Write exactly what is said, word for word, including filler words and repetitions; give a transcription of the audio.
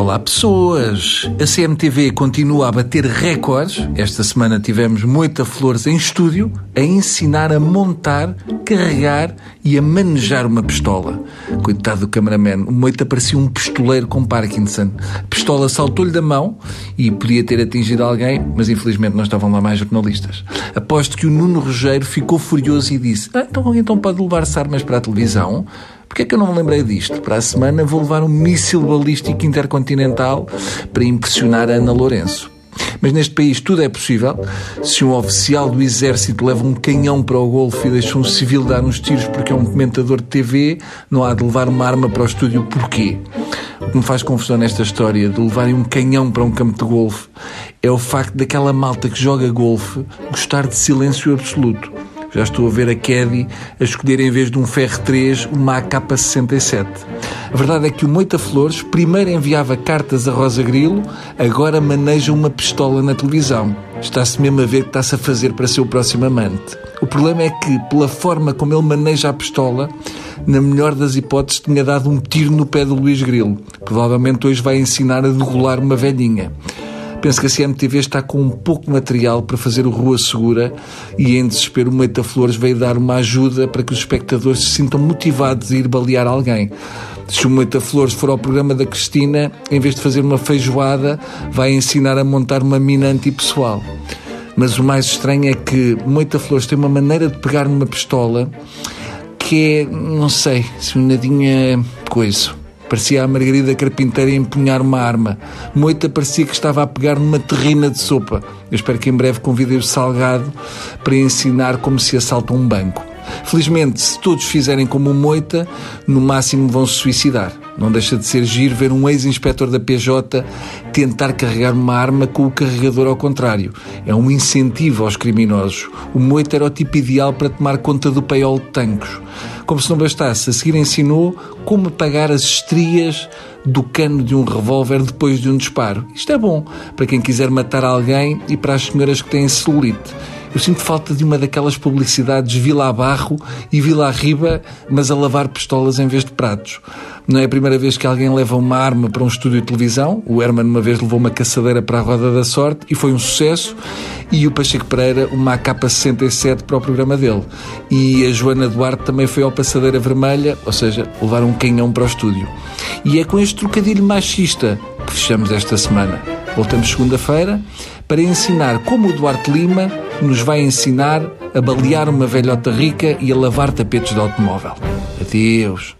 Olá pessoas, a C M T V continua a bater recordes. Esta semana tivemos Moita Flores em estúdio a ensinar a montar, carregar e a manejar uma pistola. Coitado do cameraman, o Moita parecia um pistoleiro com Parkinson. A pistola saltou-lhe da mão e podia ter atingido alguém, mas infelizmente não estavam lá mais jornalistas. Aposto que o Nuno Rogério ficou furioso e disse: ah, então, então pode levar-se armas para a televisão? Porquê é que eu não me lembrei disto? Para a semana vou levar um míssil balístico intercontinental para impressionar a Ana Lourenço. Mas neste país tudo é possível. Se um oficial do exército leva um canhão para o Golfo e deixa um civil dar uns tiros porque é um comentador de T V, não há de levar uma arma para o estúdio porquê? O que me faz confusão nesta história de levarem um canhão para um campo de golfe é o facto daquela malta que joga golfe gostar de silêncio absoluto. Já estou a ver a Caddy a escolher, em vez de um Ferro três, uma A K sessenta e sete. A verdade é que o Moita Flores primeiro enviava cartas a Rosa Grilo, agora maneja uma pistola na televisão. Está-se mesmo a ver que está-se a fazer para ser o próximo amante. O problema é que, pela forma como ele maneja a pistola, na melhor das hipóteses, tinha dado um tiro no pé do Luís Grilo. Provavelmente hoje vai ensinar a degolar uma velhinha. Penso que a C M T V está com um pouco de material para fazer o Rua Segura e, em desespero, o Moita Flores veio dar uma ajuda para que os espectadores se sintam motivados a ir balear alguém. Se o Moita Flores for ao programa da Cristina, em vez de fazer uma feijoada, vai ensinar a montar uma mina antipessoal. Mas o mais estranho é que o Moita Flores tem uma maneira de pegar numa pistola que é, não sei, se um nadinha coisa. Parecia a Margarida Carpinteira a empunhar uma arma. Moita parecia que estava a pegar numa terrina de sopa. Eu espero que em breve convidei o Salgado para ensinar como se assalta um banco. Felizmente, se todos fizerem como o Moita, no máximo vão se suicidar. Não deixa de ser giro ver um ex-inspetor da P J tentar carregar uma arma com o carregador ao contrário. É um incentivo aos criminosos. O Moita era o tipo ideal para tomar conta do paiol de Tancos. Como se não bastasse, a seguir ensinou como apagar as estrias do cano de um revólver depois de um disparo. Isto é bom para quem quiser matar alguém e para as senhoras que têm celulite. Eu sinto falta de uma daquelas publicidades Vila Abarro e Vila Arriba, mas a lavar pistolas em vez de pratos. Não é a primeira vez que alguém leva uma arma para um estúdio de televisão. O Herman uma vez levou uma caçadeira para a Roda da Sorte e foi um sucesso. E o Pacheco Pereira uma A K sessenta e sete para o programa dele. E a Joana Duarte também foi ao Passadeira Vermelha, ou seja, levar um canhão para o estúdio. E é com este trocadilho machista que fechamos esta semana. Voltamos segunda-feira para ensinar como o Duarte Lima nos vai ensinar a balear uma velhota rica e a lavar tapetes de automóvel. Adeus.